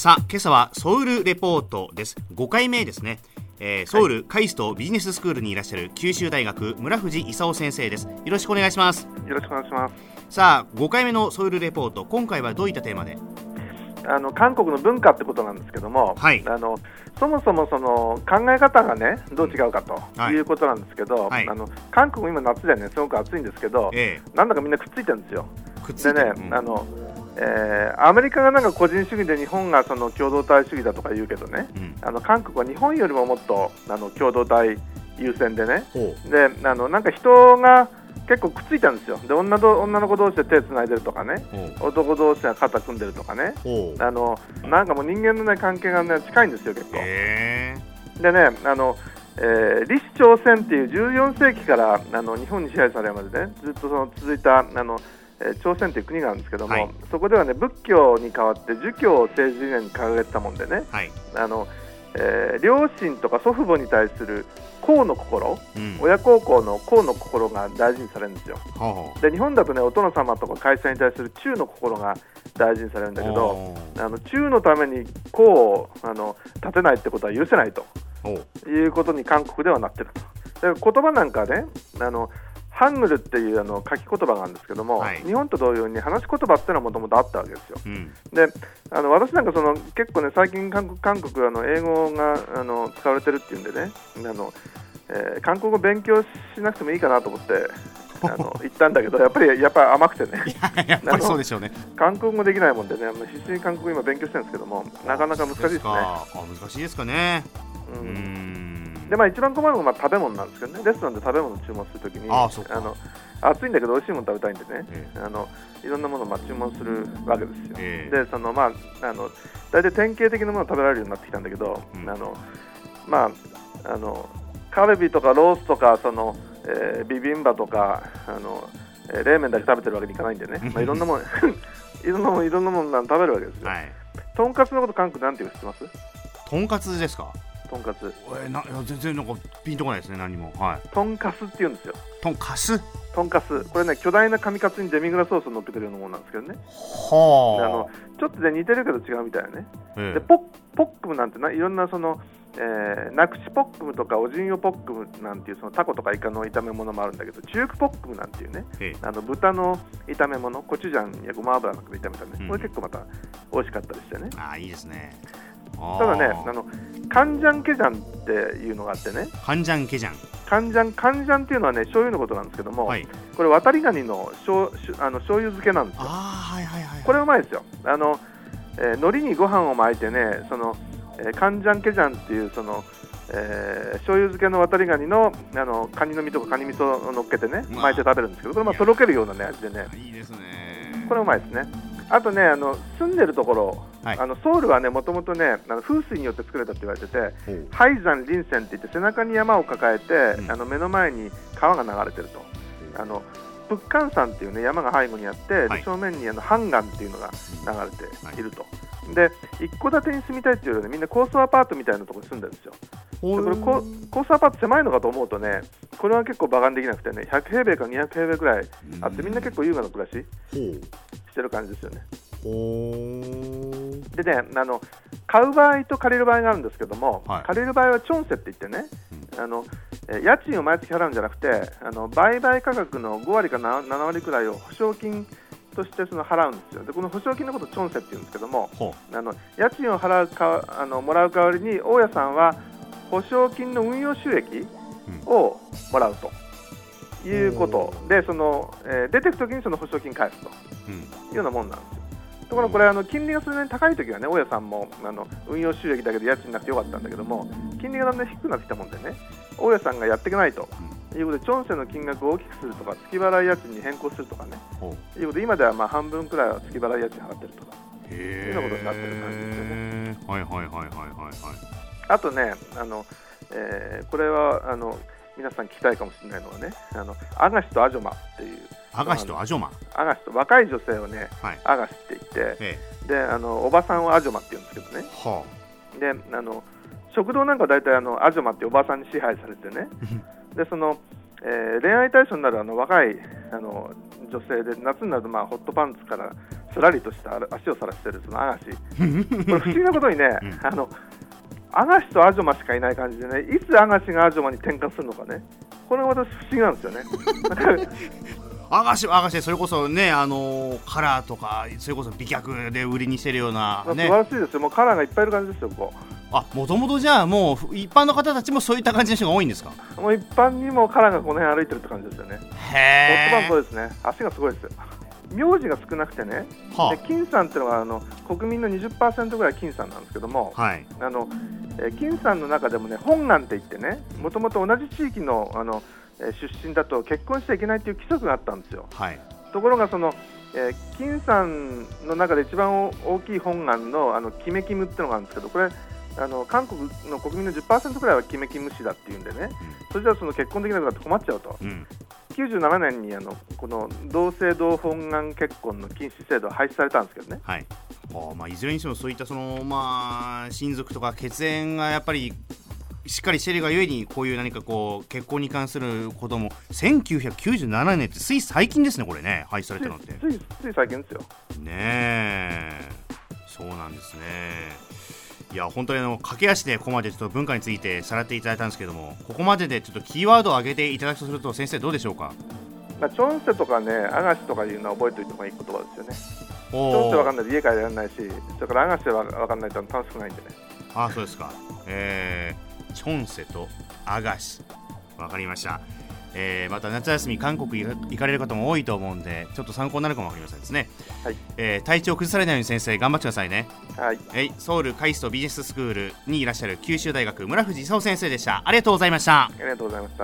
さあ今朝はソウルレポートです。5回目ですね。ソウルカイストビジネススクールにいらっしゃる九州大学村藤勲先生です。よろしくお願いします。 よろしくお願いします。 さあ5回目のソウルレポート、今回はどういったテーマで？ 韓国の文化ってことなんですけども、 はい、 そもそもその考え方がねどう違うかということなんですけど、 はい、 韓国今夏でねすごく暑いんですけど、なんだかみんなくっついてるんですよ。でね、アメリカがなんか個人主義で日本がその共同体主義だとか言うけどね、韓国は日本よりももっと共同体優先でね、でなんか人が結構くっついたんですよ。で女の子同士で手つないでるとかね、男同士が肩組んでるとかね、なんかもう人間の、ね、関係が、ね、近いんですよ結構。でね李朝鮮っていう14世紀から日本に支配されるまでねずっとその続いた朝鮮という国があるんですけども、はい、そこではね仏教に代わって儒教を政治理念に掲げてたもんでね、はい、両親とか祖父母に対する孝の心、親孝行の孝の心が大事にされるんですよ。で日本だとねお殿様とか会社に対する忠の心が大事にされるんだけど、忠のために孝を立てないってことは許せないということに韓国ではなってると。で言葉なんかねハングルっていう書き言葉があるんですけども、はい、日本と同様に話し言葉っていうのはもともとあったわけですよ。で私なんか結構ね最近韓国英語が使われてるっていうんでね韓国語勉強しなくてもいいかなと思って言ったんだけどやっぱり甘くてねやっぱりそうでしょうね。 韓国語できないもんでね必死に韓国語今勉強してるんですけどもなかなか難しいですね。 難しいですかね。 で一番困るのは食べ物なんですけどね。レストランで食べ物を注文するときに暑いんだけど美味しいもの食べたいんでね、いろんなものを注文するわけですよ。で大体典型的なものを食べられるようになってきたんだけど、カルビとかロースとかビビンバとか冷麺だけ食べてるわけにいかないんでね、いろんなものいろんなもの食べるわけですよ。とんかつのこと韓国なんていうか知ってます？ とんかつですか？とんかつ全然なんかピンとこないですね何も。 とんかすって言うんですよ。 とんかすこれね巨大な紙カツにデミグラスソースを乗っけてるようなものなんですけどね。ちょっとね似てるけど違うみたいなね。でポックムなんていろんなナクチポックムとかオジンヨポックムなんていうタコとかイカの炒め物もあるんだけど、中クポックムなんていうね豚の炒め物、コチュジャンやごま油なんかで炒めたね、これ結構また美味しかったりしてね。 いいですね。 ただねカンジャンケジャンっていうのがあってね。 カンジャンケジャンカンジャンっていうのはね醤油のことなんですけども、これ渡りガニの醤油漬けなんですよ。これうまいですよ。海苔にご飯を巻いてねカンジャンケジャンっていう醤油漬けの渡りガニのカニの身とかカニ味噌を乗っけてね巻いて食べるんですけど、これとろけるようなね味でね。 いいですね。 これうまいですね。あとね住んでるところ、ソウルはねもともとね風水によって作られたって言われてて、ハイザンリンセンって言って背中に山を抱えて、目の前に川が流れてると。プッカン山っていうね山が背後にあって、正面にハンガンっていうのが流れていると。で一戸建てに住みたいっていうよりねみんな高層アパートみたいなところに住んでるんですよ。これ高層アパート狭いのかと思うとねこれは結構バカにできなくてね100平米か200平米くらいあってみんな結構優雅な暮らししてる感じですよね。でね買う場合と借りる場合があるんですけども、借りる場合はチョンセって言ってね家賃を毎月払うんじゃなくて売買価格の5割か7割くらいを保証金として払うんですよ。でこの保証金のことをチョンセって言うんですけども、家賃を払うもらう代わりに大家さんは保証金の運用収益をもらうということで出てくときにその保証金返すというようなもんなんですよ。ところがこれ金利がそれなりに高いときはね大家さんも運用収益だけで家賃なくてよかったんだけども、金利がだんだん低くなってきたもんでね大家さんがやっていけないということでチョンセの金額を大きくするとか月払い家賃に変更するとかねいうことで今では半分くらいは月払い家賃払ってるとかいうようなことになってる感じですよね。あとねこれは皆さん聞きたいかもしれないのはねアガシとアジョマっていうアガシとアジョマアガシと若い女性をね、アガシって言って、でおばさんをアジョマって言うんですけどね、で食堂なんかは大体アジョマっていうおばさんに支配されてねで恋愛対象になる若い女性で夏になるとホットパンツからすらりとした足をさらしてるそのアガシこれ不思議なことにね、アガシとアジョマしかいない感じでね、いつアガシがアジョマに転換するのかね、これが私不思議なんですよねアガシはアガシでそれこそね、カラーとかそれこそ美脚で売りにしてるような、ね、 素晴らしいですよ。もうカラーがいっぱいいる感じですよ。 もともとじゃあもう一般の方たちもそういった感じの人が多いんですか？ もう一般にもカラーがこの辺歩いてるって感じですよね。 へー、 もっとそうですね。足がすごいですよ。名字が少なくてね、で金さんっていうのが国民の 20% ぐらい金さんなんですけども、はい、金さんの中でもね、本願って言ってね、もともと同じ地域の出身だと結婚しちゃいけないという規則があったんですよ。はい、ところが金さんの中で一番大きい本願のキメキムっていうのがあるんですけど、これ韓国の国民の 10% くらいはキメキム氏だっていうんでね、それじゃあ結婚できなくなって困っちゃうと、97年にこの同姓同本願結婚の禁止制度は廃止されたんですけどね。はい、 いずれにしてもそういった親族とか血縁がやっぱりしっかりしているがゆえに、こういう何か結婚に関することも1997年ってつい最近ですね、これね、廃止されたのって。 つい最近ですよねえ、そうなんですね。いや本当に駆け足でここまでちょっと文化についてさらっていただいたんですけども、ここまででちょっとキーワードを挙げていただくとすると、先生どうでしょうか？ チョンセとかね、アガシとかいうのは覚えておいてもいい言葉ですよね。チョンセ分かんないと家帰られないし、それからアガシは分かんないと楽しくないんでね。 そうですか。チョンセとアガシ、分かりました。また夏休み韓国行かれる方も多いと思うんで、ちょっと参考になるかも分かりませんですね。はい、体調崩されないように先生頑張ってくださいね。はい、ソウルカイストビジネススクールにいらっしゃる九州大学村藤勲先生でした。ありがとうございました。 ありがとうございました。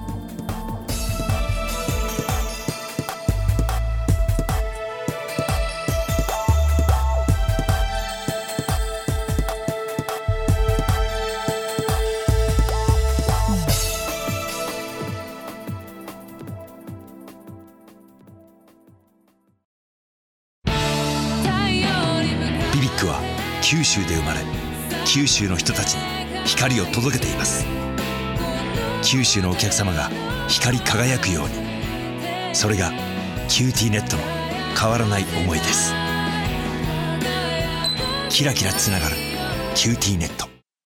九州で生まれ、九州の人たちに光を届けています。九州のお客様が光り輝くように、それがキューティーネットの変わらない思いです。キラキラつながるキューティーネット。